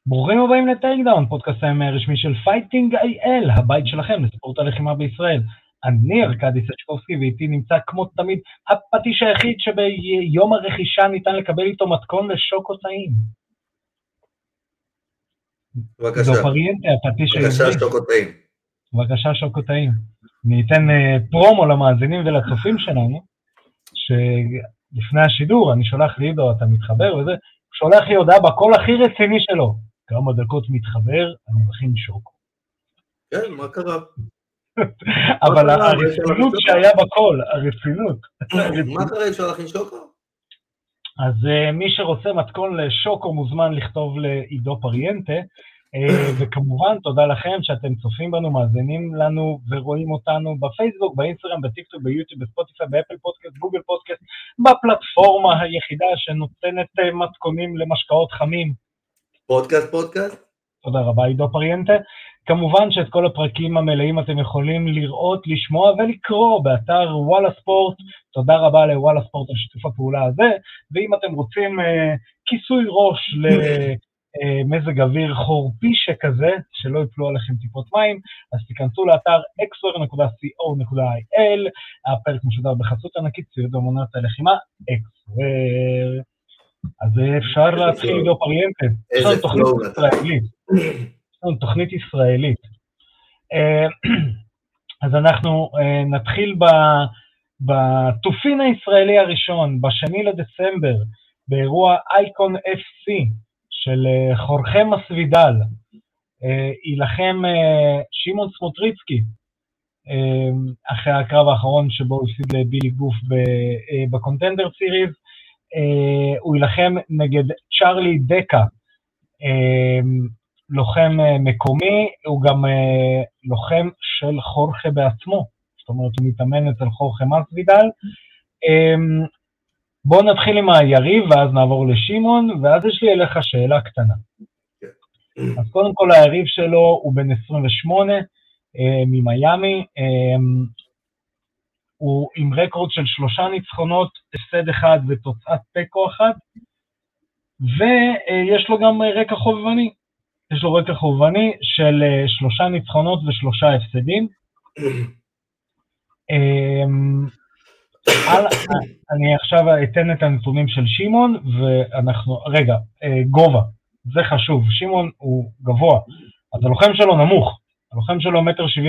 ברוכים הבאים לטייקדאון, פודקאסט הרשמי של פייטינג איי-אל, הבית שלכם לספורט הלחימה בישראל. אני ארקדי סצ'קובסקי, ואיתי נמצא כמו תמיד הפטיש היחיד שביום הרכישה ניתן לקבל איתו מתכון לשוקו טעים. בבקשה. דו פריאנטה, הפטיש היומי. בבקשה שוקו טעים. בבקשה שוקו טעים. ניתן פרומו למאזינים ולצופים שלנו, שלפני השידור אני שולח לידו, אתה מתחבר וזה, שולח לי הודעה בקול הכי רציני שלו. כמה דקות מתחבר, אני מכין שוקו. כן, מה קרה? אבל הרצינות שהיה בקול, הרצינות. מה קרה, אפשר להכין שוקו? אז מי שרוצה מתכון לשוקו מוזמן לכתוב לעידו פריאנטה, וכמובן תודה לכם שאתם צופים בנו, מאזינים לנו ורואים אותנו בפייסבוק, באינסטגרם, בטיקטוק, ביוטיוב, בספוטיפיי, באפל פודקאסט, גוגל פודקאסט, בפלטפורמה היחידה שנותנת מתכונים למשקאות חמים. פודקאסט? תודה רבה עידו פריאנטה. כמובן שאת כל הפרקים המלאים אתם יכולים לראות, לשמוע ולקרוא באתר וואלה ספורט. תודה רבה לוואלה ספורט על שיתוף הפעולה הזה, ואם אתם רוצים כיסוי ראש למזג אוויר חורפי שכזה, שלא יפלו עליכם טיפות מים, אז תיכנסו לאתר xwer.co.il, הפרק משודר בחסות ענקית ציוד אמנות הלחימה, xwer. אז אפשר להתחיל עידו פריאנטה. יש לנו תוכנית ישראלית. יש לנו תוכנית ישראלית. אז אנחנו נתחיל בתופין הישראלי הראשון, בשני לדצמבר, באירוע אייקון FC של חורכה מסוידל. ילחם שמעון סמוטריצקי, אחרי הקרב האחרון שבו הוא הפסיד לבילי גוף בקונטנדר סיריז, הוא ילחם נגד צ'רלי דקה, לוחם מקומי, הוא גם לוחם של חורכה בעצמו, זאת אומרת הוא מתאמן אצל חורכה מסוידל. בואו נתחיל עם היריב ואז נעבור לשמעון, ואז יש לי אליך שאלה קטנה. אז קודם כל היריב שלו הוא בן 28 ממיימי, הוא עם רקורד של 3 ניצחונות, הפסד 1 ותוצאת תיקו 1, ויש לו גם רקע חובבני. יש לו רקע חובבני של 3 ניצחונות ו3 הפסדים. אני עכשיו אתן את הנתונים של שמעון, ואנחנו, רגע, גובה, זה חשוב, שמעון הוא גבוה, אז הלוחם שלו נמוך, הלוחם שלו 1.73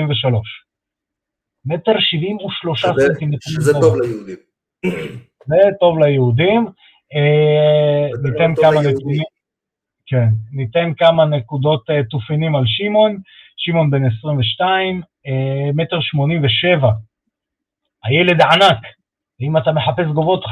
מטר. 1.73 סנטימטר. שזה טוב ליהודים. זה טוב ליהודים. ניתן כמה נתונים. כן, ניתן כמה נקודות תופינים על שמעון. שמעון בן 22, 1.87. הילד ענק. אם אתה מחפש גובות,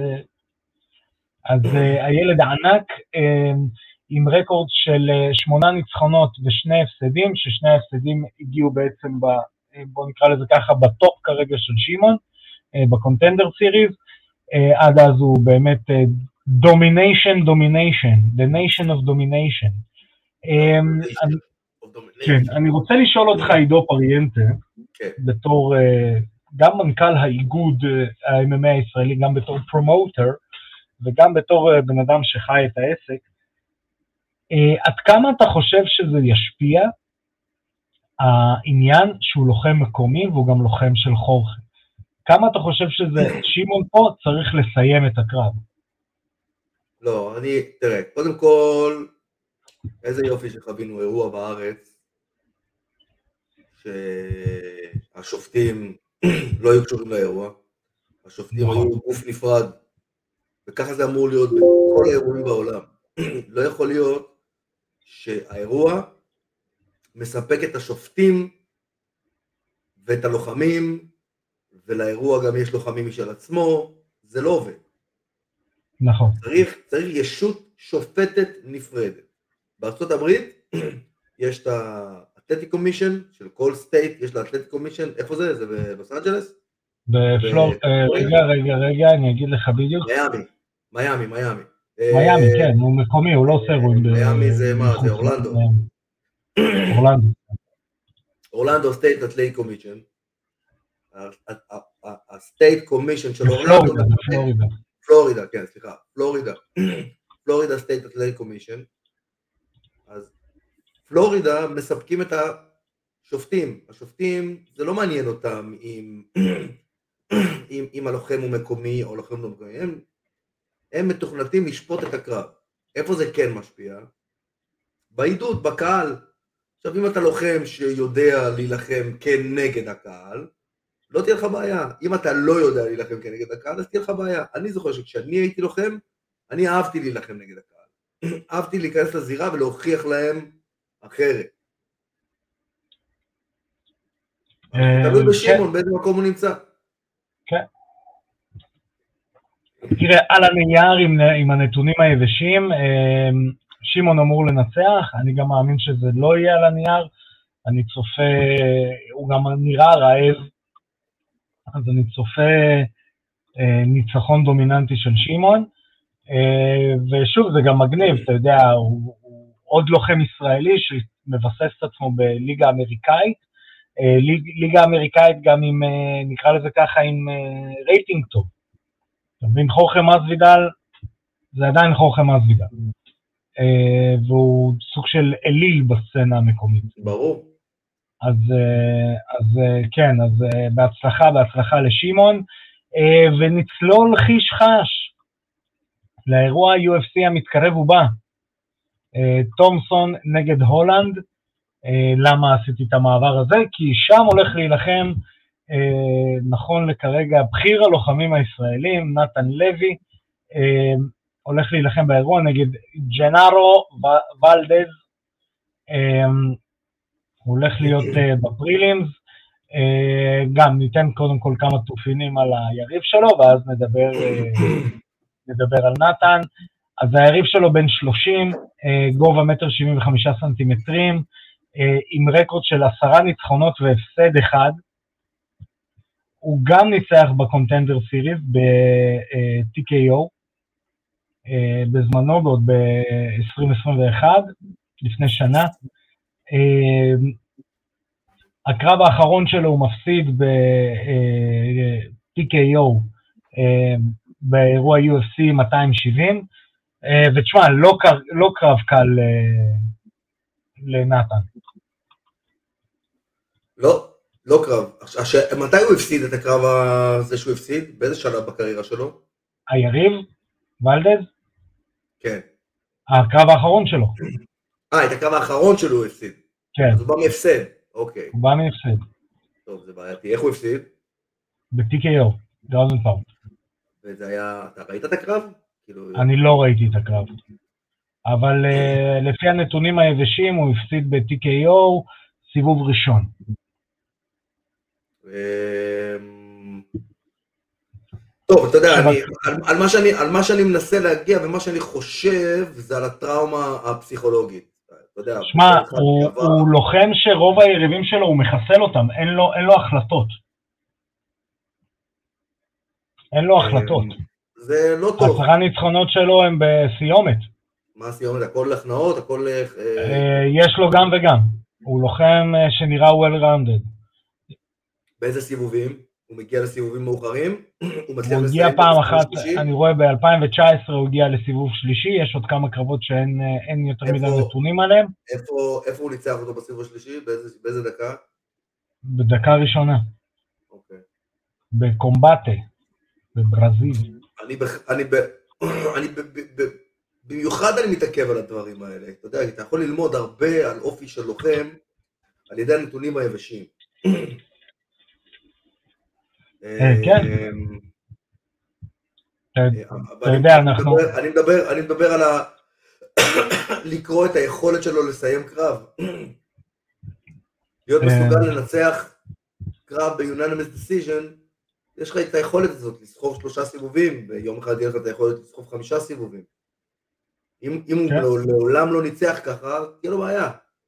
אז הילד ענק עם רקורד של 8 ניצחונות ו2 הפסדים, ששני ההפסדים הגיעו בעצם בוא נקרא לזה ככה, בטופ כרגע של שמעון, בקונטנדר סיריז. עד אז הוא באמת domination, the nation of domination. כן, אני רוצה לשאול אותך עידו פריאנטה, בתור גם מנכ"ל האיגוד ה-MMA הישראלי, גם בתור פרומוטר, וגם בתור בן אדם שחי את העסק, עד כמה אתה חושב שזה ישפיע העניין שהוא לוחם מקומי והוא גם לוחם של חורכה? כמה אתה חושב שזה, שמעון פה צריך לסיים את הקרב? לא, תראה, קודם כל, איזה יופי שחווינו אירוע בארץ, שהשופטים לא היו קשורים לאירוע, השופטים היו גוף נפרד, וככה זה אמור להיות בכל האירועים בעולם. לא יכול להיות שהאירוע מספק את השופטים ואת הלוחמים, ולאירוע גם יש לוחמים משל עצמו, זה לא עובד. נכון. צריך ישות שופטת נפרדת. בארצות הברית יש את האתלטיק קומישן של כל סטייט, יש לה אתלטיק קומישן, איפה זה? זה בלוס אנג'לס? רגע, אני אגיד לך בדיוק. מיאמי. מיאמי, כן, הוא מקומי, הוא לא עושה אירועים. מיאמי זה מה? זה אורלנדו. אורלנדו סטייט אתלטיק קומישן. הסטייט קומישן של אורלנדו. פלורידה סטייט אתלטיק קומישן, אז פלורידה מספקים את השופטים. השופטים, זה לא מעניין אותם אם הלוחם הוא מקומי או לוחם לא מקומי. הם מתוכנתים לשפוט את הקרב. איפה זה כן משפיע? בעידוד, בקהל. עכשיו, אם אתה לוחם שיודע להילחם כנגד הקהל, לא תהיה לך בעיה. אם אתה לא יודע להילחם כנגד הקהל, אז תהיה לך בעיה. אני זוכר שכשאני הייתי לוחם, אני אהבתי להילחם נגד הקהל. אהבתי להיכנס לזירה ולהוכיח להם אחרת. תלוי בשמעון, באיזה מקום הוא נמצא. כן. תראה, על הנייר עם הנתונים היבשים, שמעון אמור לנצח, אני גם מאמין שזה לא יהיה על הנייר, אני צופה, הוא גם נראה רעב, אז אני צופה ניצחון דומיננטי של שמעון, ושוב זה גם מגניב, אתה יודע, הוא עוד לוחם ישראלי שמבסס את עצמו בליגה אמריקאית, ליגה אמריקאית גם עם, נקרא לזה ככה, עם רייטינג טוב. אתה מבין, חורכה מסוידל, זה עדיין חורכה מסוידל. והוא סוג של אליל בסצנה המקומית. ברור. אז כן, אז בהצלחה לשמעון, ונצלול חיש חש לאירוע UFC המתקרב ובא. תומסון נגד הולנד, למה עשיתי את המעבר הזה? כי שם הולך להילחם, נכון לכרגע, בחיר הלוחמים הישראלים, נתן לוי, הולך להילחם באירוע נגד ג'נארו ולדז, הוא הולך להיות בפרילימס, גם ניתן קודם כל כמה תופינים על היריב שלו, ואז נדבר על נתן. אז היריב שלו בן 30, גובה 1.75 סנטימטרים, עם רקורד של 10 ניצחונות והפסד אחד, הוא גם ניצח בקונטנדר סיריס ב-TKO, בזמנו, בעוד ב-2021, לפני שנה. הקרב האחרון שלו הוא מפסיד ב-TKO, באירוע UFC 270, ותשמע, לא קרב קל לנתן. לא קרב. מתי הוא הפסיד את הקרב הזה שהוא הפסיד? באיזה שלב בקריירה שלו? היריב? ולדז? כן. הקרב האחרון שלו. את הקרב האחרון שלו הוא הפסיד. כן. אז הוא בא מהפסד. אוקיי. הוא בא מהפסד. טוב, זה בעייתי. איך הוא הפסיד? ב-TKO, גראונד אנד פאונד. וזה היה... אתה ראית את הקרב? אני לא ראיתי את הקרב. אבל לפי הנתונים היבשים הוא הפסיד ב-TKO סיבוב ראשון. טוב, אתה יודע, על מה שאני מנסה להגיע ומה שאני חושב זה על הטראומה הפסיכולוגית. שמע, הוא לוחם שרוב היריבים שלו הוא מחסל אותם, אין לו החלטות. אין לו החלטות. זה לא טוב. 10 ניצחונות שלו הם בסיומת. מה סיומת? הכל לחנאות? הכל... יש לו גם וגם. הוא לוחם שנראה well-rounded. באיזה סיבובים? הוא מגיע לסיבובים מאוחרים? הוא הגיע פעם אחת, אני רואה ב-2019 הוא הגיע לסיבוב שלישי, יש עוד כמה קרבות שאין יותר מדי נתונים עליהם. איפה הוא ניצח אותו בסיבוב השלישי? באיזה דקה? בדקה ראשונה. אוקיי. בקומבטה, בברזיל. במיוחד אני מתעכב על הדברים האלה. אתה יודע, אתה יכול ללמוד הרבה על אופי של לוחם על ידי הנתונים היבשים. כן. אתה יודע, אנחנו... אני מדבר על לקרוא את היכולת שלו לסיים קרב. להיות מסוגל לנצח קרב ב-unanimous decision, יש לך את היכולת הזאת לסחוב 3 סיבובים, ביום אחד יהיה לך את היכולת לסחוב 5 סיבובים. אם הוא לעולם לא ניצח ככה, תהיה לו בעיה.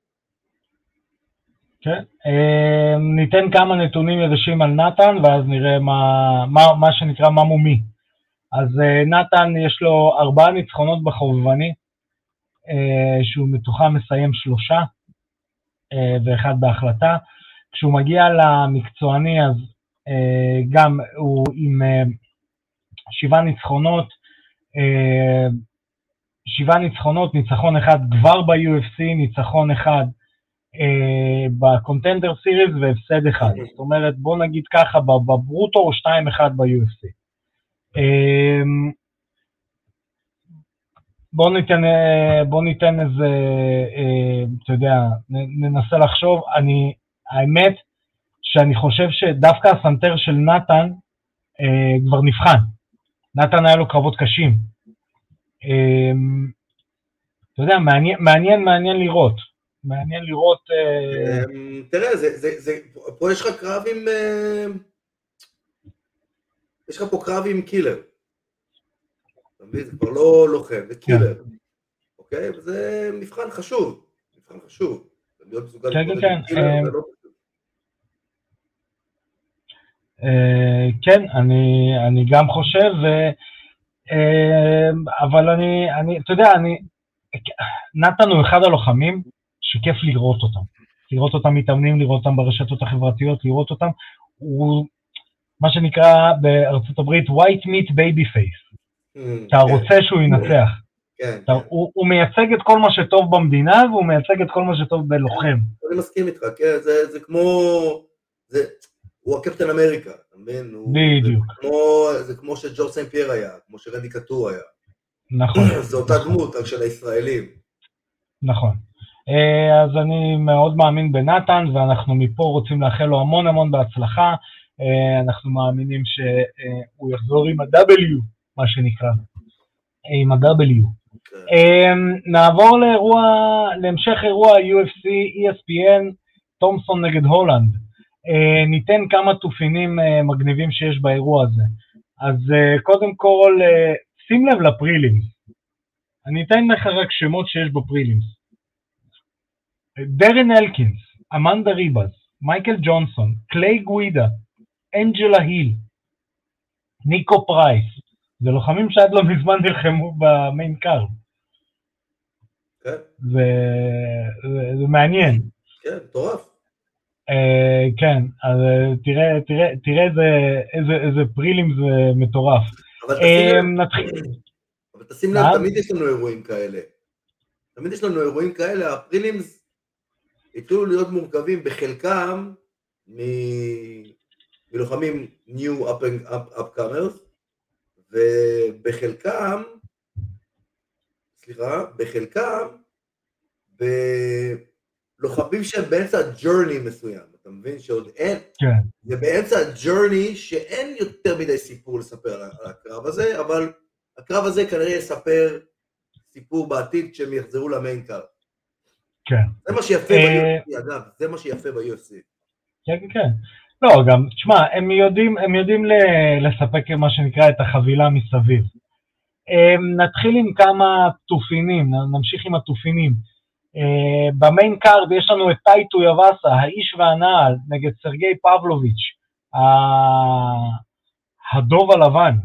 כן, ניתן כמה נתונים יבשים על נתן, ואז נראה מה שנקרא מה מומי. אז נתן יש לו 4 ניצחונות בחובבני, שהוא מתוכם מסיים 3, ואחד בהחלטה. כשהוא מגיע למקצועני, אז גם הוא עם 7 ניצחונות, 7 ניצחונות, ניצחון אחד כבר ב-UFC, ניצחון אחד בקונטנדר סיריז והפסד אחד. זאת אומרת, בוא נגיד ככה, בברוטו הוא 2-1 ב-UFC. בוא ניתן איזה, אתה יודע, ננסה לחשוב. האמת שאני חושב שדווקא הסנטר של נתן כבר נבחן. נתן היה לו קרבות קשים. אתה יודע, מעניין לראות. מעניין לראות... תראה, פה יש לך קרב עם... יש לך פה קרב עם קילר. אתה מבין? זה כבר לא לוחם, זה קילר. אוקיי? וזה מבחן חשוב. מבחן חשוב. להיות מסוגל להתמודד עם קילר, זה לא פשוט. כן, אני גם חושב, אבל אתה יודע, נתן הוא אחד הלוחמים שכיף לראות אותם. לראות אותם מתאמנים, לראות אותם ברשתות החברתיות, לראות אותם, הוא מה שנקרא בארצות הברית white meat baby face. אתה רוצה שהוא ינצח. הוא מייצג את כל מה שטוב במדינה, והוא מייצג את כל מה שטוב בלוחם. אני מסכים איתך, זה כמו... הוא הקפטן אמריקה, אתה מבין? בדיוק. זה כמו שג'ורג' סן פייר היה, כמו שרנדי קטור היה. נכון. זו אותה דמות, רק של הישראלים. נכון. אז אני מאוד מאמין בנתן, ואנחנו מפה רוצים לאחל לו המון המון בהצלחה. אנחנו מאמינים שהוא יחזור עם ה-W, מה שנקרא. עם ה-W. נעבור להמשך אירוע UFC ESPN, תומפסון נגד הולנד. ניתן כמה תופינים מגניבים שיש באירוע הזה. אז קודם כל, שים לב לפרילימס. אני אתן לך רק שמות שיש בפרילימס. דרן אלקינס, אמנדה ריבס, מייקל ג'ונסון, קליי גווידה, אנג'לה היל, ניקו פרייס. זה לוחמים שעד לא מזמן נלחמו במיין קארד. זה מעניין. כן, טורף. כן, אז תראה איזה פרילים זה מטורף. אבל תשים לב, תמיד יש לנו אירועים כאלה. תמיד יש לנו אירועים כאלה, הפרילימס התחילו להיות מורכבים בחלקם מלוחמים new upcomers, ובחלקם, בחלקם לוחמים שהם באמצע ג'ורני מסוים, אתה מבין שעוד אין, זה באמצע ג'ורני שאין יותר מדי סיפור לספר על הקרב הזה, אבל הקרב הזה כנראה יספר סיפור בעתיד כשהם יחזרו למיין קארד. כן. זה מה שיפה ב-UFC, אגב, זה מה שיפה ב-UFC. כן, כן. לא, גם, תשמע, הם יודעים לספק מה שנקרא את החבילה מסביב. נתחיל עם כמה תופינים, נמשיך עם התופינים. במיין קארד יש לנו את טייטו יבאסה, האיש והנעל, נגד סרגי פבלוביץ', הדוב הלבן.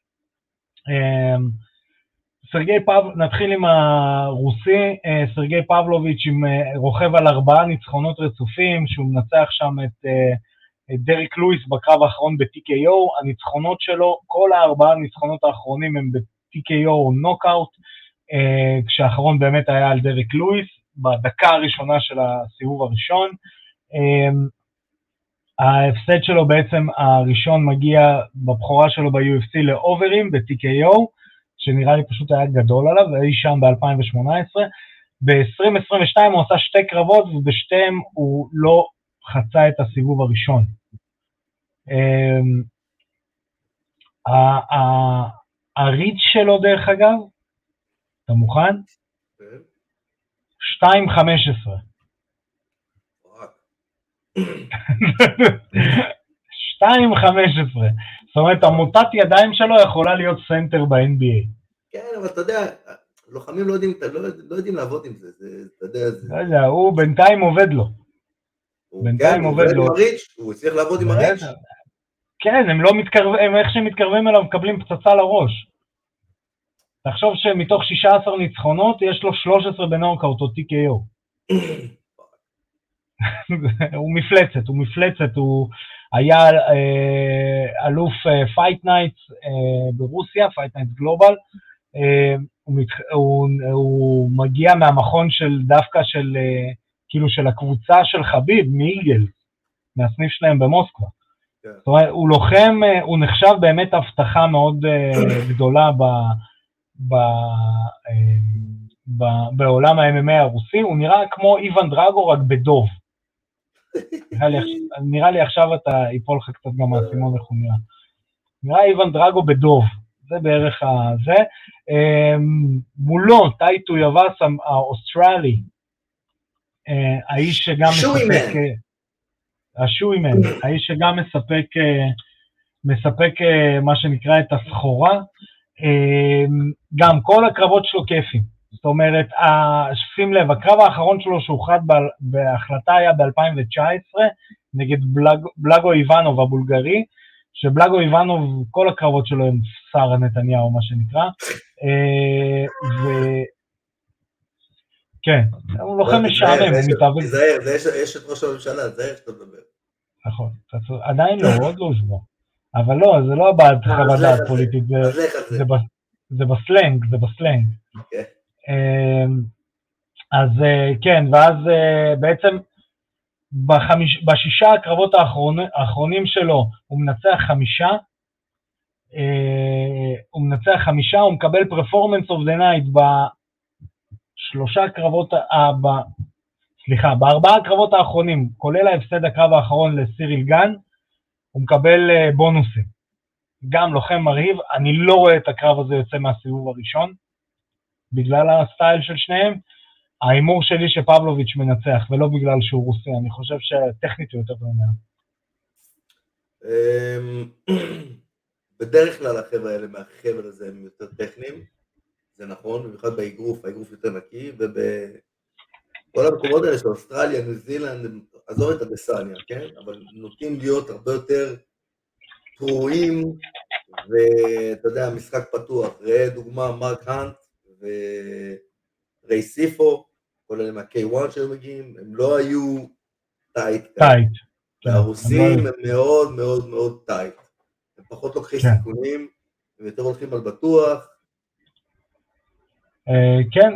נתחיל עם הרוסי, סרגי פבלוביץ' עם רוכב על 4 ניצחונות רצופים, שהוא מנצח שם את דריק לואיס בקרב האחרון ב-TKO, הניצחונות שלו, כל 4 הניצחונות האחרונים הם ב-TKO או נוקאוט, כשהאחרון באמת היה על דריק לואיס, בדקה הראשונה של הסיבוב הראשון. ההפסד שלו בעצם הראשון מגיע בבחורה שלו ב-UFC לאוברים, ב-TKO, שנראה לי פשוט היה גדול עליו, והיא שם ב-2018. ב-2022 הוא עשה 2 קרבות, ובשתיהם הוא לא חצה את הסיבוב הראשון. הריץ' שלו דרך אגב, אתה מוכן? 2.15. 2.15. זאת אומרת, המוטת ידיים שלו יכולה להיות סנטר ב-NBA. כן, אבל אתה יודע, לוחמים לא יודעים לעבוד עם זה, אתה יודע זה. לא יודע, הוא בינתיים עובד לו. בינתיים עובד לו. הוא צריך לעבוד עם הריץ'. כן, הם איך שהם מתקרבים אליו מקבלים פצצה לראש. תחשוב שמתוך 16 ניצחונות יש לו 13 בנוקאוט או TKO. הוא מפלצת, הוא היה אלוף פייט נייטס ברוסיה, פייט נייטס גלובל, הוא מגיע מהמכון של דווקא של, כאילו של הקבוצה של חביב, מאיגל, מהסניף שלהם במוסקבה. זאת אומרת, הוא לוחם, הוא נחשב באמת הבטחה מאוד גדולה בעולם ה-MMA הרוסי, הוא נראה כמו איוון דרגו רק בדוב. נראה לי עכשיו אתה ייפול לך קצת גם מהסימון איך הוא נראה. נראה איוון דרגו בדוב, זה בערך הזה. מולו, טייטו יבס האוסטרלי, האיש שגם מספק, השואימן, האיש שגם מספק מה שנקרא את הסחורה, גם כל הקרבות שלו כיפים. זאת אומרת, שים לב, הקרב האחרון שלו שהוחד בהחלטה היה ב-2019, נגד בלאגו איבנוב הבולגרי, שבלאגו איבנוב, כל הקרבות שלו הם שר נתניהו, מה שנקרא, כן, הוא לוחם משעמם, הוא מתאבק. תיזהר, יש את ראש הממשלה, תיזהר שאתה מדבר. נכון, עדיין לא, עוד לא הושבע. אבל לא, זה לא הבעת חוות דעת פוליטית, זה בסלנג, זה בסלנג. אז כן, ואז בעצם בשישה הקרבות האחרונים שלו הוא מנצח 5, הוא מקבל פרפורמנס אוף דה נייט ב4 הקרבות האחרונים, כולל ההפסד הקרב האחרון לסיריל גן, הוא מקבל בונוסים. גם לוחם מרהיב, אני לא רואה את הקרב הזה יוצא מהסיבוב הראשון, בגלל הסטייל של שניהם. האימור שלי שפבלוביץ' מנצח, ולא בגלל שהוא רוסי, אני חושב שטכנית הוא יותר טוב ממנו. בדרך כלל החבר'ה האלה מהחבר'ה הזה הם יותר טכניים, זה נכון, במיוחד באגרוף, האגרוף יותר נקי, ובכל המקומות האלה של אוסטרליה, ניו זילנד, עזוב את הדסניה, כן? אבל נוטים להיות הרבה יותר פרועים, ואתה יודע, משחק פתוח, ראה דוגמה מרק האנט וריי סיפו, כל אלה מה-K1 שהיו מגיעים, הם לא היו טייט. והרוסים הם מאוד מאוד מאוד טייט. הם פחות לוקחים סיכונים, הם יותר הולכים על בטוח. כן,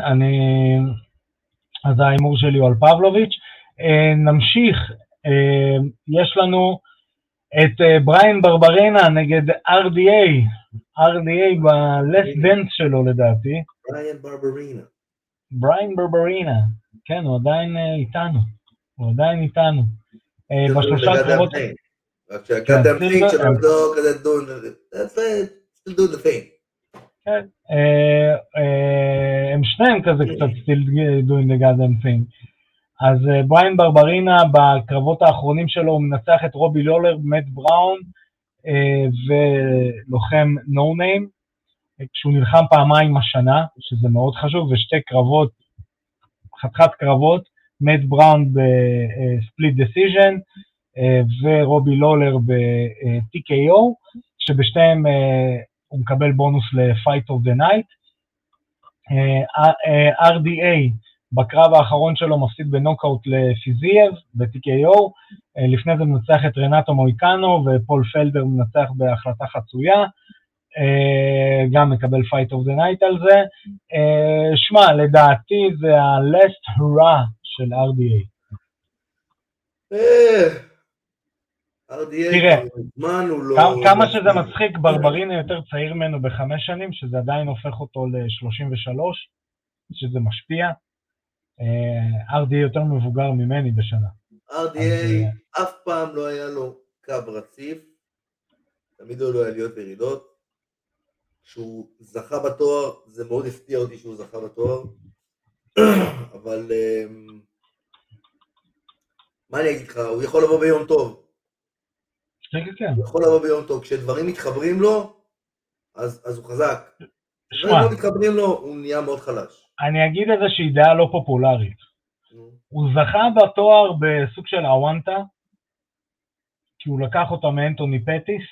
אז האימור שלי הוא על פבלוביץ'. נמשיך, יש לנו את בריין ברברינה נגד RDA ב-Last Dance שלו לדעתי. בריין ברברינה, כן, הוא עדיין איתנו. בשלושה קרבות... רק שהקדם פינק שלו לא כזה still doing the thing. כן, הם שניהם כזה קצת still doing the goddamn thing. אז בריין ברברינה בקרבות האחרונים שלו הוא מנצח את רובי לולר, מאט בראון ולוחם נו ניים, כשהוא נלחם פעמיים השנה, שזה מאוד חשוב, ושתי קרבות, חתיכת קרבות, מאט בראון בספליט דיסיז'ן, ורובי לולר ב-TKO, שבשתיהם הוא מקבל בונוס ל-Fight of the Night. RDA בקרב האחרון שלו מפסיד בנוקאוט לפיזייב ב-TKO, לפני זה מנצח את רנטו מויקנו, ופול פלדר מנצח בהחלטה חצויה, גם מקבל Fight of the Night על זה. שמע, לדעתי זה ה-last hurrah של RDA. תראה, כמה שזה מצחיק, ברברינה יותר צעיר ממנו ב5 שנים, שזה עדיין הופך אותו ל-33, שזה משפיע. RDA יותר מבוגר ממני בשנה. RDA אף פעם לא היה לו קו רציף, תמיד הוא לא היה להיות ירידות. כשהוא זכה בתואר, זה מאוד הפתיע אותי שהוא זכה בתואר, אבל מה אני אגיד לך, הוא יכול לבוא ביום טוב. כן. הוא יכול לבוא ביום טוב, כשדברים מתחברים לו, אז הוא חזק. כשדברים לא מתחברים לו, הוא נהיה מאוד חלש. אני אגיד איזושהי דעה לא פופולרית. הוא זכה בתואר בסוג של אוונטה, כי הוא לקח אותה מאנטוני פטיס,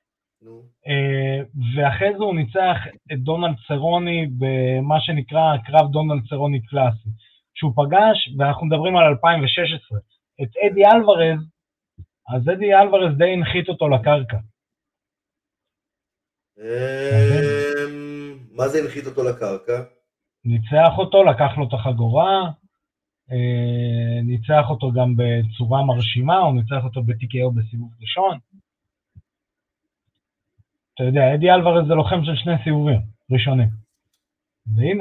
ואחרי זה הוא ניצח את דונלד סרוני במה שנקרא קרב דונלד סרוני קלאסי. כשהוא פגש, ואנחנו מדברים על 2016, את אדי אלוורז, אז אדי אלוורז די הנחית אותו לקרקע. מה זה הנחית אותו לקרקע? ניצח אותו, לקח לו את החגורה, ניצח אותו גם בצורה מרשימה, הוא ניצח אותו ב-TKO בסיבוב ראשון. אתה יודע, אדי אלוורז זה לוחם של 2 סיבובים ראשונים. והנה.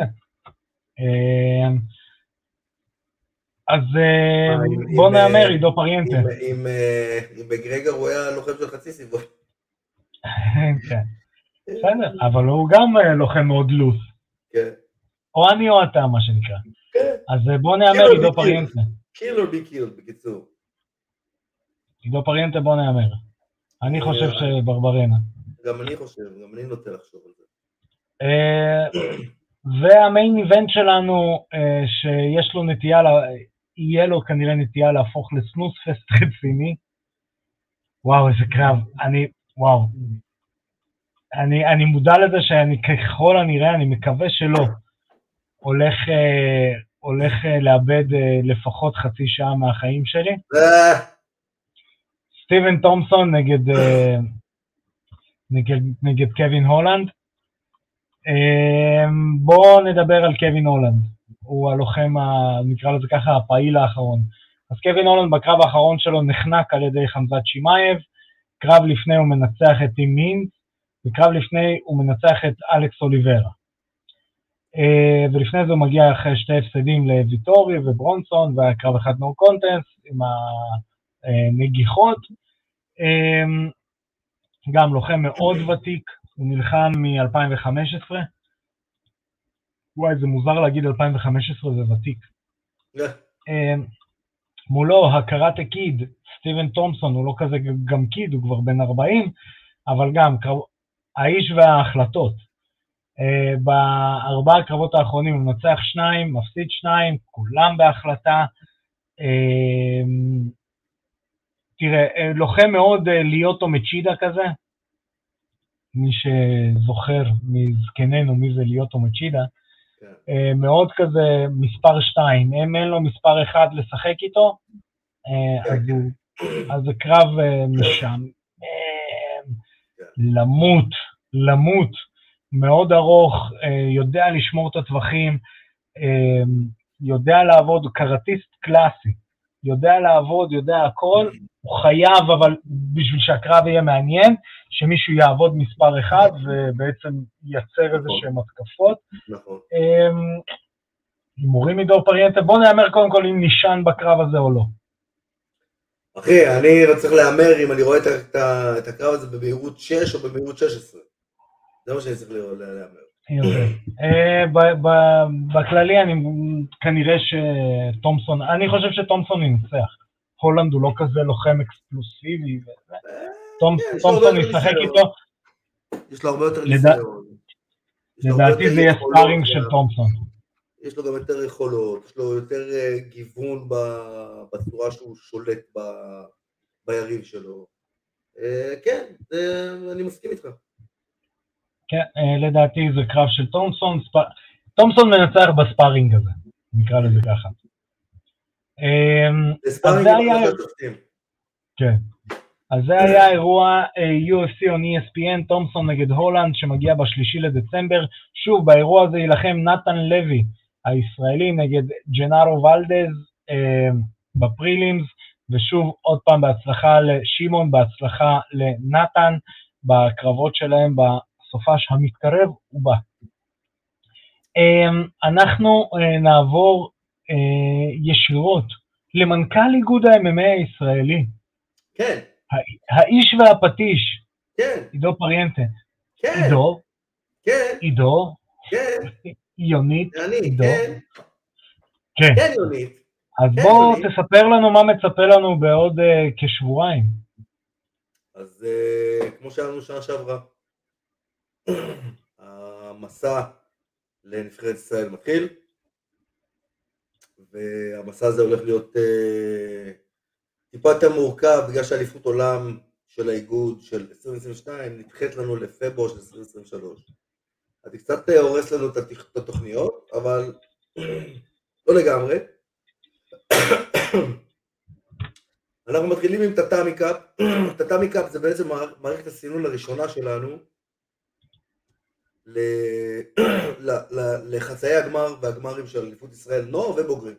אז בוא נאמר, עידו פריאנטה. אם בגרגר הוא היה לוחם של חצי סיבוב. כן. בסדר, אבל הוא גם לוחם מאוד לוס. כן. או אני או אתה, מה שנקרא. כן. אז בוא נאמר, עידו פריאנטה. קיל או בי קיל, בקיצור. עידו פריאנטה, בוא נאמר. אני חושב שברברנה. גם אני חושב, גם אני נוטה לחשוב על זה. והמיין איבנט שלנו, שיש לו נטייה, יהיה לו כנראה נטייה להפוך לסנוס פסט רציני. וואו, איזה קרב. אני מודע לזה שאני ככל הנראה, אני מקווה שלא, הולך לאבד לפחות חצי שעה מהחיים שלי. סטיבן תומפסון נגד קווין הולנד. בואו נדבר על קווין הולנד. הוא הלוחם, נקרא לזה ככה, הפעיל האחרון. אז קווין הולנד בקרב האחרון שלו נחנק על ידי חמזת שימאייב, קרב לפני הוא מנצח את טים מינס, וקרב לפני הוא מנצח את אלכס אוליברה. ולפני זה הוא מגיע אחרי 2 הפסדים לויטורי וברונסון, והקרב אחד נו קונטנס עם הנגיחות. גם לוחם מאוד ותיק, הוא נלחם מ-2015. וואי, זה מוזר להגיד 2015 זה ותיק. מולו הקראטה קיד, סטיבן תומפסון, הוא לא כזה גם קיד, הוא כבר בן 40, אבל גם האיש וההחלטות. ב4 הקרבות האחרונים הוא מנצח 2, מפסיד 2, כולם בהחלטה. תראה, לוחם מאוד ליוטו מצ'ידה כזה, מי שזוכר מזקננו מי זה ליוטו מצ'ידה, מאוד כזה מספר 2, אין לו מספר 1 לשחק איתו, אז זה קרב משם, למות, מאוד ארוך, יודע לשמור את הטווחים, יודע לעבוד, הוא קראטיסט קלאסי, יודע לעבוד, יודע הכל, הוא חייב, אבל בשביל שהקרב יהיה מעניין, שמישהו יעבוד מספר 1 ובעצם ייצר איזה שהן התקפות. מורים עידו פריאנטה, בוא נאמר קודם כל אם נשען בקרב הזה או לא. אחי, אני לא צריך להאמר אם אני רואה את הקרב הזה במהירות 6 או במהירות 16. זה מה שאני צריך להאמר. בכללי אני כנראה שתומפסון, אני חושב שתומפסון ינצח. הולנד הוא לא כזה לוחם אקספלוסיבי, תומפסון ישחק איתו. יש לו הרבה יותר ניסיון. לדעתי זה יהיה ספארינג של תומפסון. יש לו גם יותר יכולות, יש לו יותר גיוון בצורה שהוא שולט ביריב שלו. כן, אני מסכים איתך. כן, לדעתי זה קרב של תומפסון, תומפסון מנצח בספארינג הזה, נקרא לזה ככה. אז זה היה אירוע UFC on ESPN, תומפסון נגד הולנד שמגיע ב3 לדצמבר, שוב באירוע הזה ילחם נתן לוי הישראלי נגד ג'נארו ולדז בפרילימס, ושוב עוד פעם בהצלחה לשימון, בהצלחה לנתן בקרבות שלהם בסופש המתקרב ובא. אנחנו נעבור ישירות למנכ"ל איגוד ה-MMA הישראלי. כן. האיש והפטיש. כן. עידו פריאנטה. כן. עידו. כן. עידו. כן. יונית. אני, כן. כן. כן, יונית. אז בוא תספר לנו מה מצפה לנו בעוד כשבועיים. אז כמו שאמרנו שנה שעברה, המסע לנבחרת ישראל מתחיל, והמסע הזה הולך להיות טיפה יותר מורכב, בגלל שהאליפות עולם של האיגוד של 2022 נדחית לנו לפברואר של 2023. אז היא קצת הורס לנו את התוכניות, אבל לא לגמרי. אנחנו מתחילים עם טאטאמי קאפ. טאטאמי קאפ זה בעצם מערכת הסינון הראשונה שלנו לחצאי הגמר והגמרים של אליפות ישראל נוער ובוגרים.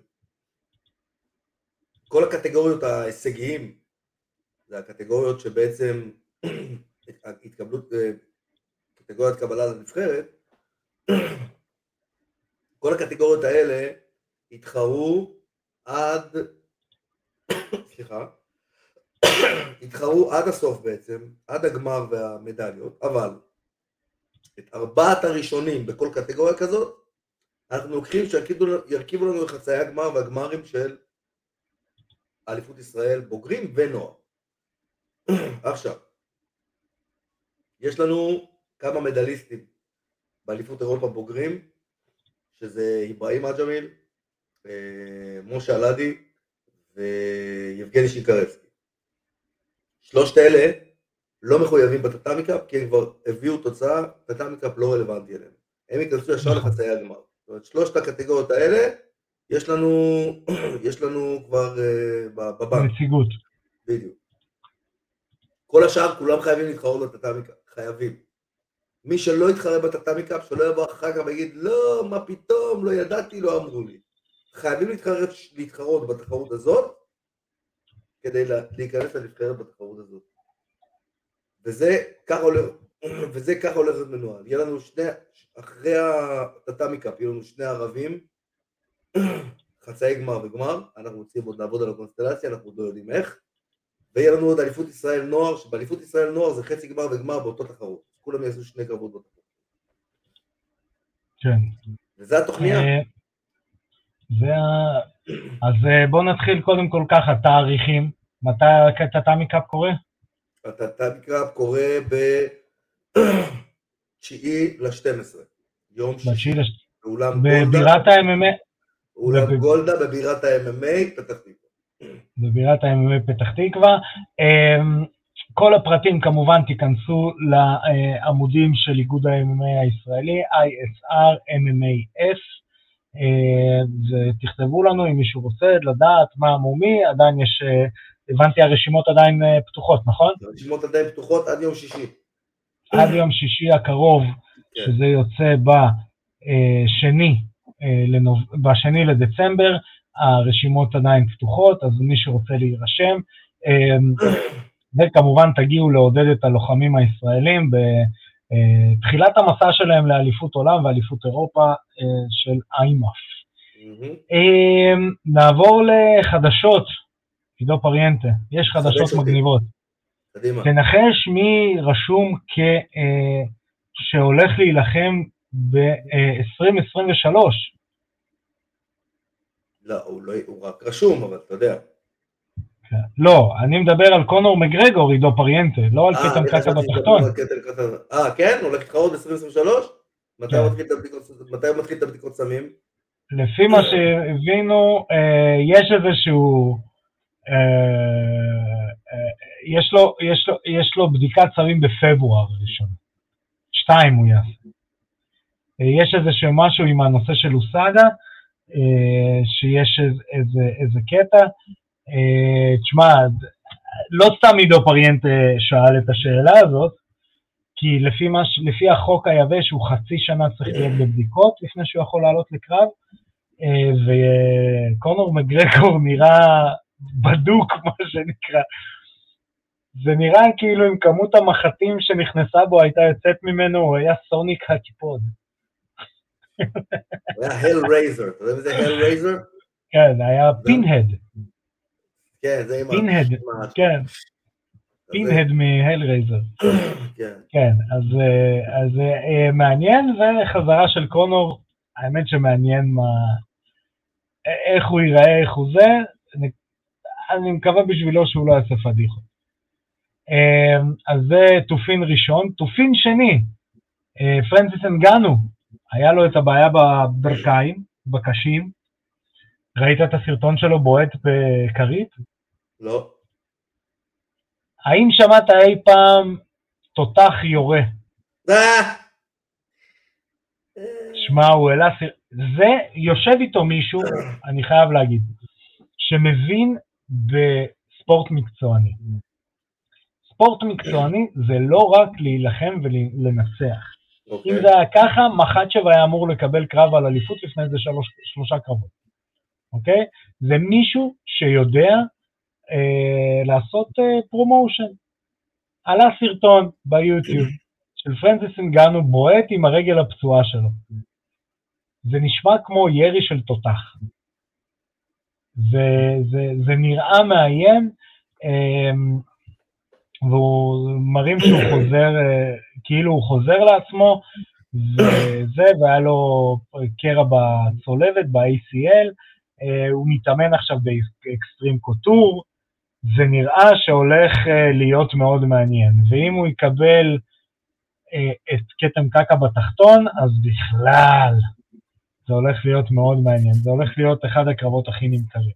כל הקטגוריות ההישגיים, זה הקטגוריות שבעצם התקבלו, קטגוריית קבלה לנבחרת, כל הקטגוריות האלה התחרו עד, התחרו עד הסוף בעצם, עד הגמר והמדליות, אבל את 4 הראשונים בכל קטגוריה כזאת, אנחנו לוקחים שירכיבו לנו לחצאי הגמר והגמרים של אליפות ישראל בוגרים ונוער. עכשיו, יש לנו כמה מדליסטים באליפות אירופה בוגרים, שזה איברהים אג'מיל, משה אלעדי ויבגני שינקרבסקי. 3 האלה לא מחויבים בטאטאמי-קאפ, כי הם כבר הביאו תוצאה, טאטאמי-קאפ לא רלוונטי אליהם. הם ייכנסו ישר לחצאי הגמר. זאת אומרת, 3 הקטגוריות האלה, יש לנו כבר בבנק. נציגות. בדיוק. כל השאר, כולם חייבים להתחרות בטאטאמי-קאפ, חייבים. מי שלא יתחרה בטאטאמי-קאפ, שלא יבוא אחר כך ויגיד, לא, מה פתאום, לא ידעתי, לא אמרו לי. חייבים להתחרות בתחרות הזאת, כדי להיכנס לנבחרת בתחרות הזאת. וזה ככה הולך להיות מנוהל. יהיה לנו אחרי הטאטאמי-קאפ, יהיו לנו 2 ערבים, חצאי גמר וגמר, אנחנו רוצים עוד לעבוד על הקונסטלציה, אנחנו לא יודעים איך, ויהיה לנו עוד אליפות ישראל נוער, שבאליפות ישראל נוער זה חצי גמר וגמר באותו תחרות. כולם יעשו 2 קרבות באותו תחרות. כן. וזה התוכניה. אז בואו נתחיל קודם כל ככה, תאריכים. מתי הטאטאמי-קאפ קורה? הטאטאמי-קאפ קורה ב-9/12, יום שישי. בבירת ה-MMA. אולם גולדה בבירת ה-MMA פתח תקווה. בבירת ה-MMA פתח תקווה. כל הפרטים כמובן תיכנסו לעמודים של איגוד ה-MMA הישראלי, ISR MMAS, ותכתבו לנו אם מישהו רוצה לדעת מה המומי, עדיין יש, הבנתי הרשימות עדיין פתוחות, נכון? הרשימות עדיין פתוחות עד יום שישי. עד יום שישי הקרוב, שזה יוצא בשני לדצמבר, הרשימות עדיין פתוחות, אז מי שרוצה להירשם, וכמובן תגיעו לעודד את הלוחמים הישראלים בתחילת המסע שלהם לאליפות עולם ואליפות אירופה של איימאף. נעבור לחדשות, עידו פריאנטה, יש חדשות מגניבות. תנחש מי רשום שהולך להילחם ב-2023. לא, הוא רק רשום, אבל אתה יודע. לא, אני מדבר על קונור מגרגור, עידו פריאנטה, לא על קטן קטה בתחתון. כן? הוא הולך להתחרות ב-2023? מתי מתחיל את הבדיקות סמים? לפי מה שהבינו, יש איזשהו, יש לו בדיקת סמים בפברואר ראשון. 2 הוא יעשה. יש איזשהו משהו עם הנושא של אוסגה, שיש איזה קטע, תשמע, לא סתם עידו פריאנטה שאל את השאלה הזאת, כי לפי החוק היבש הוא חצי שנה צריך להיות בבדיקות לפני שהוא יכול לעלות לקרב, וקונור מגרגור נראה בדוק, מה שנקרא. זה נראה כאילו עם כמות המחטים שנכנסה בו הייתה יוצאת ממנו, הוא היה סוניק הקיפוד. הוא היה הלרייזר, אתה יודע מזה הלרייזר? כן, היה פינהד. כן, זה עם פינהד, כן. פינהד מהלרייזר. כן, אז מעניין, וחזרה של קונור, האמת שמעניין איך הוא ייראה, איך הוא זה, אני מקווה בשבילו שהוא לא יעשה פדיחות. אז זה תופין ראשון. תופין שני, פרנסיס אנגאנו, היה לו את הבעיה בברכיים, בקשים. ראית את הסרטון שלו בועט בקרית? לא. האם שמעת אי פעם תותח יורה? שמע, הוא העלה זה יושב איתו מישהו, אני חייב להגיד, שמבין בספורט מקצועני. ספורט מקצועני זה לא רק להילחם ולנצח. אם זה היה ככה, מחצ'ב היה אמור לקבל קרב על אליפות לפני זה 3 קרבות. אוקיי? זה מישהו שיודע לעשות פרומושן. עלה סרטון ביוטיוב של פרנסיס נגאנו בועט עם הרגל הפצועה שלו. זה נשמע כמו ירי של תותח. זה נראה מאיים, והוא מרים שהוא חוזר, כאילו הוא חוזר לעצמו, והיה לו קרע בצולבת, ב-ACL, הוא מתאמן עכשיו באקסטרים קוטור, זה נראה שהולך להיות מאוד מעניין, ואם הוא יקבל את כתם קקה בתחתון, אז בכלל, זה הולך להיות מאוד מעניין, זה הולך להיות אחד הקרבות הכי נמכרים.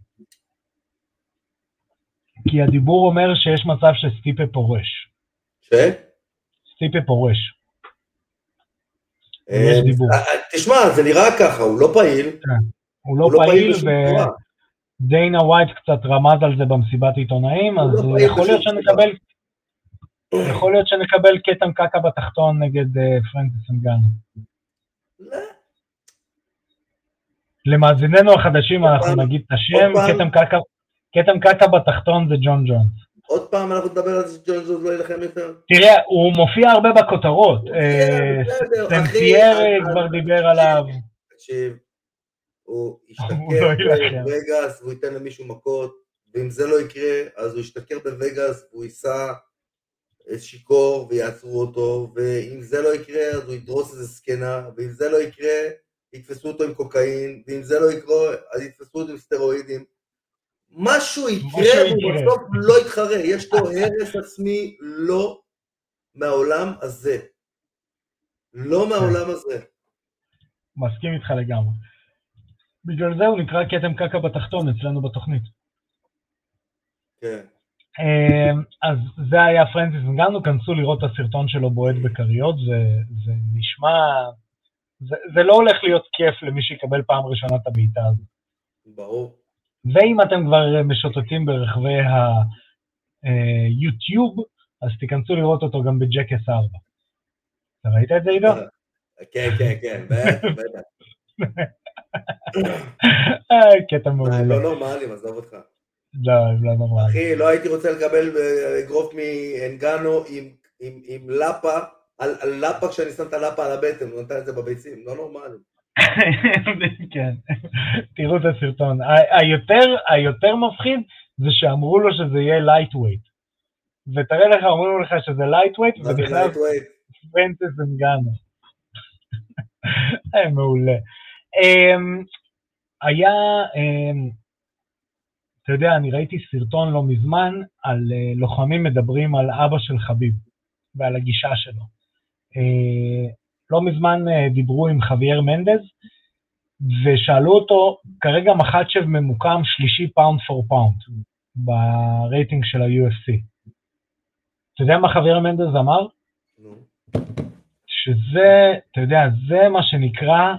כי הדיבור אומר שיש מצב שסטיפה פורש. סטיפה פורש. יש דיבור. תשמע, זה נראה ככה, הוא לא פעיל. הוא לא פעיל, ודיינה ווייט קצת רמז על זה במסיבת עיתונאים, אז יכול להיות שנקבל כתם קקה בתחתון נגד פרנסיס נגאנו. לא. למאזיננו החדשים אנחנו נגיד את השם, כתם קקה בתחתון זה ג'ון ג'ונס. עוד פעם אנחנו נדבר על זה שג'ון ג'ונס לא ילחם יותר? תראה, הוא מופיע הרבה בכותרות. סנסייר כבר דיבר עליו. תקשיב, הוא ישתכר בווגאס והוא ייתן למישהו מכות, ואם זה לא יקרה, אז הוא ישתכר בווגאס והוא ייסע שיקור ויעצרו אותו, ואם זה לא יקרה, אז הוא ידרוס איזה סקנה, ואם זה לא יקרה, יתפסו אותו עם קוקאין, ואם זה לא יקרה, אז יתפסו אותו עם סטרואידים. משהו יקרה, הוא בסוף לא יתחרה, יש לו הרס עצמי לא מהעולם הזה. לא מהעולם הזה. מסכים איתך לגמרי. בגלל זה הוא נקרא כתם קקה בתחתון אצלנו בתוכנית. כן. אז זה היה פרנסיס נגאנו, כנסו לראות את הסרטון שלו בועט בקריות, זה נשמע, זה לא הולך להיות כיף למי שיקבל פעם ראשונה את הבעיטה הזאת. ברור. ואם אתם כבר משוטטים ברחבי היוטיוב, אז תיכנסו לראות אותו גם בג'קס 4. אתה ראית את זה, עידו? כן, בטח. קטע מעולה. הם לא נורמליים, עזוב אותך. לא, הם לא נורמליים. אחי, לא הייתי רוצה לקבל אגרוף מנגאנו עם לפה, על לפה כשאני שם את הלפה על הבטן, הוא נתן את זה בביצים, לא נורמליים. כן, תראו את הסרטון. היותר מפחיד זה שאמרו לו שזה יהיה lightweight. ותראה לך, אמרו לך שזה lightweight, ובכלל פרנסיס נגאנו. מעולה. היה, אתה יודע, אני ראיתי סרטון לא מזמן על לוחמים מדברים על אבא של חביב ועל הגישה שלו. לא מזמן דיברו עם חוויאר מנדז, ושאלו אותו, כרגע מחצ'ב ממוקם שלישי פאונד פור פאונד, ברייטינג של ה-UFC. אתה יודע מה חוויאר מנדז אמר? שזה, אתה יודע, זה מה שנקרא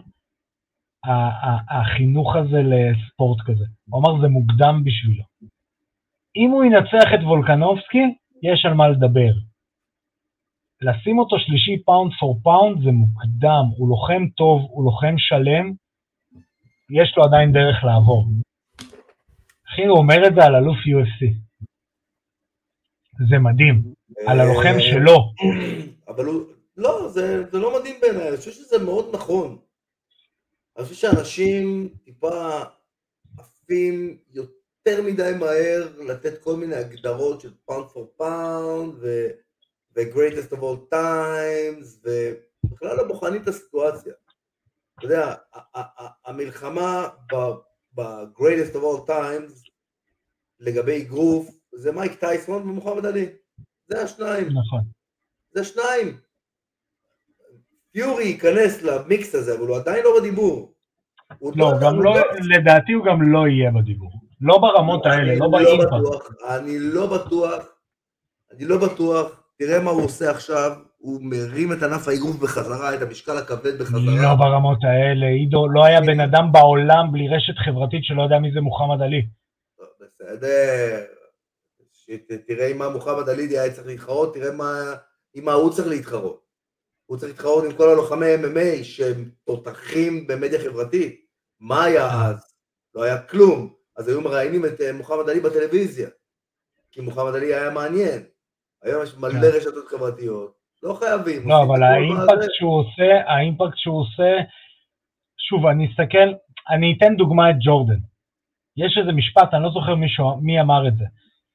החינוך הזה לספורט כזה. הוא אמר, זה מוקדם בשבילו. אם הוא ינצח את וולקנובסקי, יש על מה לדבר. לשים אותו שלישי פאונד פור פאונד זה מוקדם, הוא לוחם טוב, הוא לוחם שלם, יש לו עדיין דרך לעבור. אחי, הוא אומר את זה על אלוף UFC. זה מדהים, על הלוחם שלו. אבל הוא, לא, זה לא מדהים בעיניי, אני חושב שזה מאוד נכון. אני חושב שאנשים טיפה עפים יותר מדי מהר לתת כל מיני הגדרות של פאונד פור פאונד ו-greatest of all times, ובכלל לא בוחנים את הסיטואציה. אתה יודע, המלחמה ב-greatest of all times לגבי אגרוף, זה מייק טייסון ומוחמד עלי. זה השניים. נכון. זה השניים. פיורי ייכנס למיקס הזה, אבל הוא עדיין לא בדיבור. לא, גם לא, לדעתי הוא גם לא יהיה בדיבור. לא ברמות האלה, לא באימפקט. אני לא בטוח. תראה מה הוא עושה עכשיו, הוא מרים את ענף האגרוף בחזרה, את המשקל הכבד בחזרה. לא ברמות האלה, עידו, לא היה בן אדם בעולם בלי רשת חברתית שלא יודע מי זה מוחמד עלי. בסדר, תראה עם מה מוחמד עלי היה צריך להתחרות, תראה עם מה הוא צריך להתחרות. הוא צריך להתחרות עם כל הלוחמי MMA שהם תותחים במדיה חברתית. מה היה אז? לא היה כלום. אז היו מראיינים את מוחמד עלי בטלוויזיה, כי מוחמד עלי היה מעניין. היום יש מלא רשתות חברתיות, לא חייבים. לא, אבל האימפקט שהוא עושה, שוב, אני אתן דוגמה את ג'ורדן. יש איזה משפט, אני לא זוכר מי אמר את זה,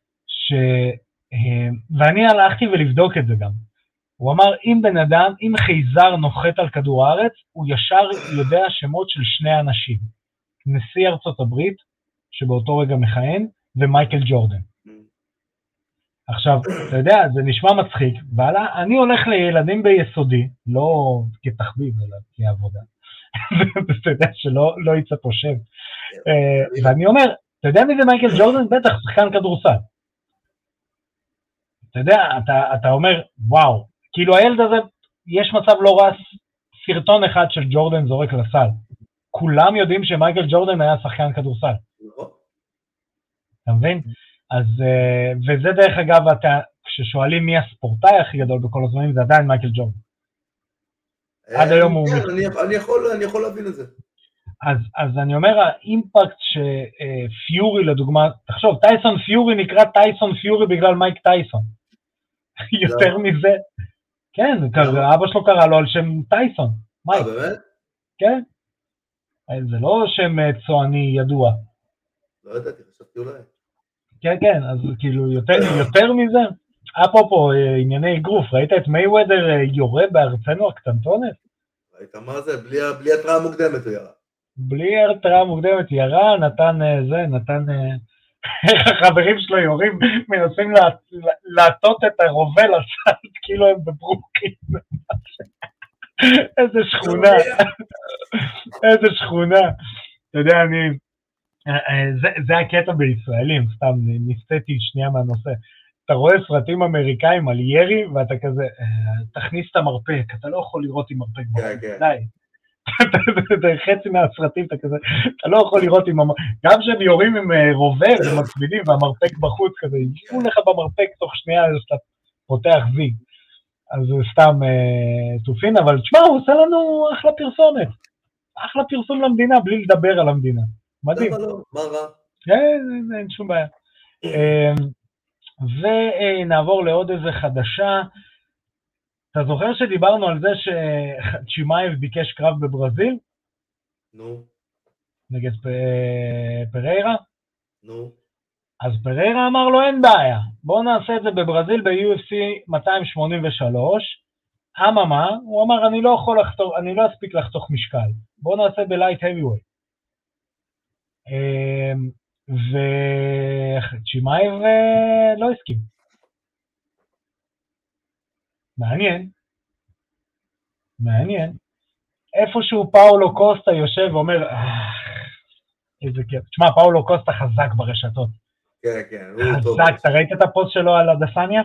ואני הלכתי ולבדוק את זה גם. הוא אמר, אם חייזר נוחת על כדור הארץ, הוא ישר יודע שמות של שני אנשים. נשיא ארצות הברית, שבאותו רגע מכהן, ומייקל ג'ורדן. עכשיו, אתה יודע, זה נשמע מצחיק, אני הולך לילדים ביסודי, לא כתחביב, אלא כעבודה. אתה יודע שלא יצא פה שם. ואני אומר, אתה יודע מי זה מייקל ג'ורדן? בטח, שחקן כדורסל. אתה יודע, אתה אומר, וואו, כאילו הילד הזה, יש מצב לא רע, סרטון אחד של ג'ורדן זורק לסל. כולם יודעים שמייקל ג'ורדן היה שחקן כדורסל. אתה מבין? אז, וזה דרך אגב, כששואלים מי הספורטאי הכי גדול בכל הזמנים, זה עדיין מייקל ג'ורדן. עד היום הוא... אני יכול להבין את זה. אז אני אומר, האימפקט שפיורי לדוגמה, תחשוב, טייסון פיורי נקרא טייסון פיורי בגלל מייק טייסון. יותר מזה. כן, אבא שלו קרא לו על שם טייסון. מייק. באמת? כן. זה לא שם צועני ידוע. לא ידעתי, חשבתי אולי. כן, אז כאילו יותר מזה. אפרופו ענייני אגרוף, ראית את מייוודר יורה בארצנו הקטנטונת? ראית מה זה? בלי התראה מוקדמת הוא ירה. בלי התראה מוקדמת ירה, נתן החברים שלו יורים, מנסים להטות את הרובה לצד, כאילו הם בברוקין. איזה שכונה. איזה שכונה. אתה יודע, זה הקטע בישראלים, סתם ניסיתי שנייה מהנושא. אתה רואה סרטים אמריקאים על ירי, ואתה כזה, תכניס את המרפק, אתה לא יכול לראות עם מרפק בחוץ, די. חצי מהסרטים אתה כזה, אתה לא יכול לראות עם, גם שהם יורים עם רובה ומצמידים, והמרפק בחוץ כזה, יגיעו לך במרפק תוך שנייה, שאתה פותח וי. אז זה סתם תופין, אבל תשמע, הוא עושה לנו אחלה פרסומת. אחלה פרסום למדינה, בלי לדבר על המדינה. מדהים. מה רע? אין שום בעיה. ונעבור לעוד איזה חדשה. אתה זוכר שדיברנו על זה שצ'ימאייב ביקש קרב בברזיל? נו. נגד פריירה? נו. אז פריירה אמר לו אין בעיה, בואו נעשה את זה בברזיל ב-UFC 283, אממה, הוא אמר אני לא אספיק לחתוך משקל, בואו נעשה בלייט heavyweight. וצ'ימאייב לא הסכים. מעניין. איפשהו פאולו קוסטה יושב ואומר, איזה כיף. תשמע, פאולו קוסטה חזק ברשתות. כן. חזק, אתה ראית את הפוסט שלו על הדסניה?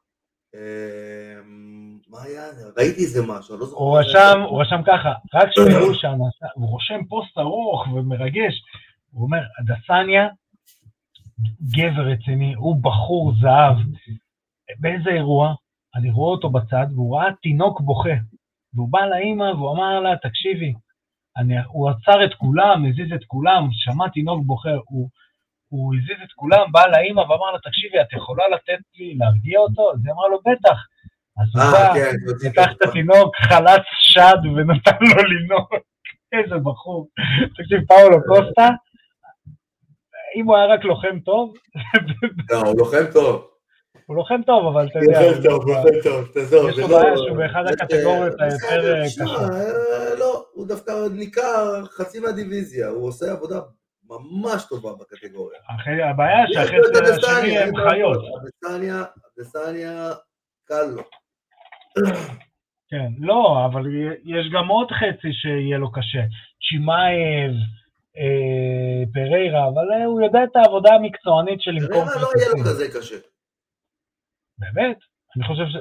מה היה? ראיתי איזה משהו, לא זוכר. הוא רשם ככה, רק שתראו הוא רושם פוסט ארוך ומרגש, הוא אומר, הדסניה, גבר רציני, הוא בחור זהב, באיזה אירוע? אני רואה אותו בצד, והוא ראה תינוק בוכה, והוא בא לאמא והוא אמר לה, תקשיבי, הוא עצר את כולם, הזיז את כולם, שמע תינוק בוכה, הוא הזיז את כולם, בא לאמא ואמר לה, תקשיבי, את יכולה לתת לי, להרגיע אותו? אז היא אמרה לו, בטח. אז הוא בא, לקח את התינוק, חלץ שד ונתן לו לנוק, איזה בחור. תקשיב, פאולו קוסטה, אם הוא היה רק לוחם טוב, לא, הוא לוחם טוב. הוא לוחם טוב, אבל אתה יודע, יש לו בעיה שהוא באחד הקטגוריות היותר קשות. לא, הוא דווקא ניכר חצי מהדיוויזיה, הוא עושה עבודה ממש טובה בקטגוריה. הבעיה שהחצי השני הם חיות. הדסניה קל לו. כן, לא, אבל יש גם עוד חצי שיהיה לו קשה. צ'ימאייב, פריירה, אבל הוא יודע את העבודה המקצוענית של למכור פריירה לא יהיה לו כזה קשה. באמת? אני חושב ש...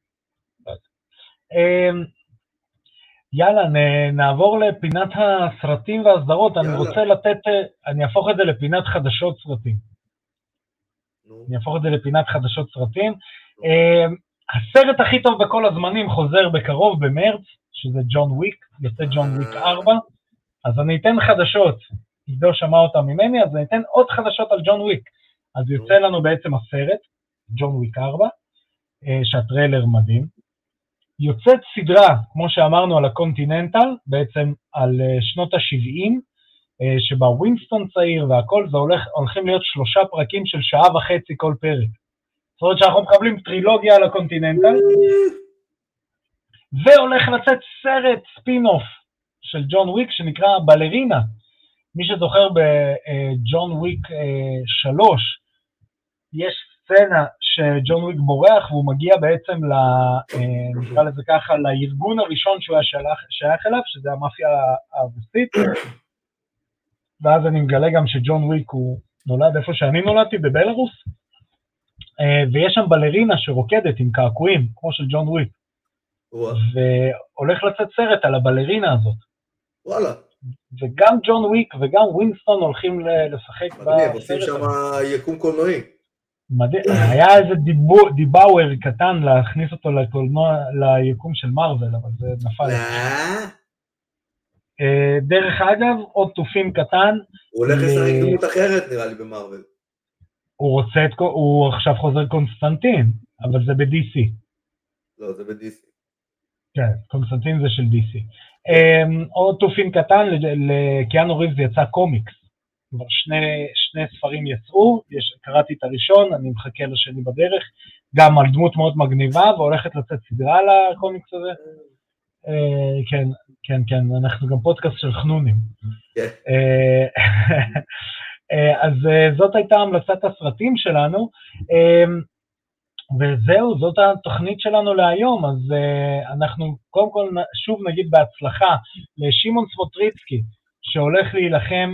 יאללה, נעבור לפינת הסרטים והסדרות. אני רוצה אני אהפוך את זה לפינת חדשות סרטים. הסרט הכי טוב בכל הזמנים חוזר בקרוב במרץ, שזה ג'ון וויק, יוצא ג'ון וויק 4, אז אני אתן חדשות, עידו שמע אותה ממני, אז אני אתן עוד חדשות על ג'ון וויק, אז יוצא לנו בעצם הסרט, ג'ון וויק 4, שהטריילר מדהים, יוצאת סדרה, כמו שאמרנו על הקונטיננטל, בעצם על שנות ה-70, שבה ווינסטון צעיר והכל, זה הולכים להיות 3 פרקים של 1.5 שעה כל פרק. זאת אומרת שאנחנו מקבלים טרילוגיה על הקונטיננטל, והולך לצאת סרט ספין-אוף של ג'ון וויק שנקרא בלרינה. מי שזוכר בג'ון וויק 3, יש סצנה שג'ון וויק בורח, והוא מגיע בעצם, נקרא לזה ככה, לארגון הראשון שהוא היה שייך אליו, שזה המאפיה הרוסית, ואז אני מגלה גם שג'ון וויק הוא נולד איפה שאני נולדתי, בבלרוס, ויש שם בלרינה שרוקדת עם קעקועים, כמו של ג'ון וויק, והולך לצאת סרט על הבלרינה הזאת. וואלה. וגם ג'ון וויק וגם ווינסטון הולכים לשחק בסרט. מדהים, עושים שם יקום קולנועי. מדהים, היה איזה דיבאוור קטן להכניס אותו לקולנוע, ליקום של מרוול, אבל זה נפל. דרך אגב, עוד תופים קטן. הוא הולך לשחק דמות אחרת נראה לי במרוול. הוא עכשיו חוזר קונסטנטין, אבל זה ב-DC. לא, זה ב-DC. כן, קונסטנטין זה של DC. עוד תופין קטן, לקיאנו ריבס יצא קומיקס. כבר שני ספרים יצאו, קראתי את הראשון, אני מחכה לשני בדרך, גם על דמות מאוד מגניבה, והולכת לצאת סדרה לקומיקס הזה. כן, אנחנו גם פודקאסט של חנונים. אז זאת הייתה המלצת הסרטים שלנו, וזהו, זאת התוכנית שלנו להיום, אז אנחנו קודם כל שוב נגיד בהצלחה לשמעון סמוטריצקי, שהולך להילחם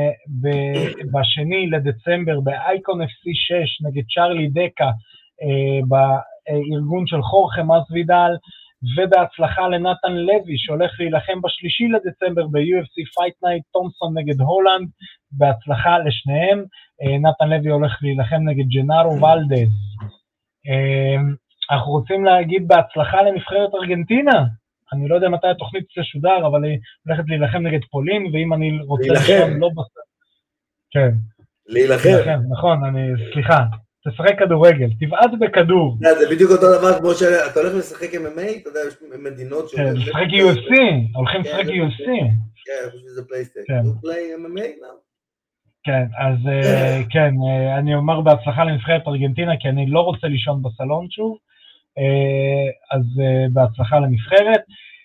בשני לדצמבר באייקון FC 6 נגד צ'רלי דקה, בארגון של חורכה מסוידל, ובהצלחה לנתן לוי שהולך להילחם בשלישי לדצמבר ב-UFC Fight Night תומסון נגד הולנד, בהצלחה לשניהם. נתן לוי הולך להילחם נגד ג'נארו ולדז. אנחנו רוצים להגיד בהצלחה לנבחרת ארגנטינה, אני לא יודע מתי התוכנית תשודר, אבל היא הולכת להילחם נגד פולין, ואם אני רוצה לשם לא בסדר. כן. להילחם. נכון, סליחה. תשחק כדורגל, תבעט בכדור. זה בדיוק אותו דבר כמו שאתה הולך לשחק MMA, אתה יודע, יש מדינות כן, לשחק UFC, הולכים לשחק UFC. כן, אני חושב שזה פלייסטיישן. הוא פליי MMA? כן, אז כן, אני אומר בהצלחה לנבחרת ארגנטינה, כי אני לא רוצה לישון בסלון שוב, אז בהצלחה לנבחרת.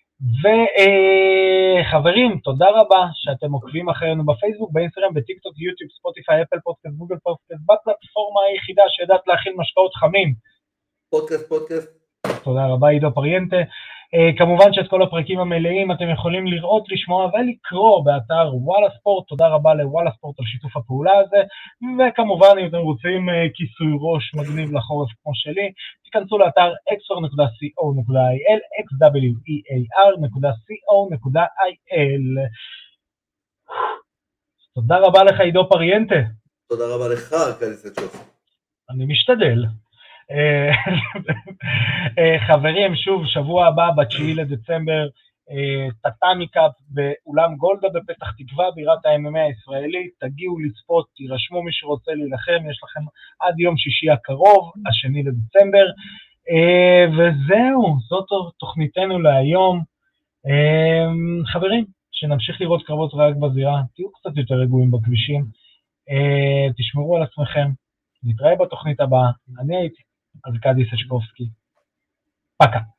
וחברים, תודה רבה שאתם עוקבים אחרינו בפייסבוק, באינסטגרם, בטיקטוק, יוטיוב, ספוטיפיי, אפל פודקאסט, גוגל פודקאסט, בפלטפורמה היחידה שיודעת להכין משקאות חמים. פודקאסט. תודה רבה, עידו פריאנטה. כמובן שאת כל הפרקים המלאים אתם יכולים לראות, לשמוע ולקרוא באתר וואלה ספורט. תודה רבה לוואלה ספורט על שיתוף הפעולה הזה, וכמובן אם אתם רוצים כיסוי ראש מגניב לחורף כמו שלי, תיכנסו לאתר xwear.co.il, xwear.co.il. תודה רבה לך עידו פריאנטה. תודה רבה לך קליסצ'וף. אני משתדל. חברים, שוב, שבוע הבא, ב9 לדצמבר, טאטאמי קאפ באולם גולדה בפתח תקווה, בירת ה-MMA הישראלית, תגיעו לצפות, תירשמו מי שרוצה להילחם, יש לכם עד יום שישי הקרוב, 2 לדצמבר, וזהו, זאת תוכניתנו להיום. חברים, שנמשיך לראות קרבות רק בזירה, תהיו קצת יותר רגועים בכבישים, תשמרו על עצמכם, נתראה בתוכנית הבאה, אני הייתי ארקדי סצ'קובסקי, פקה.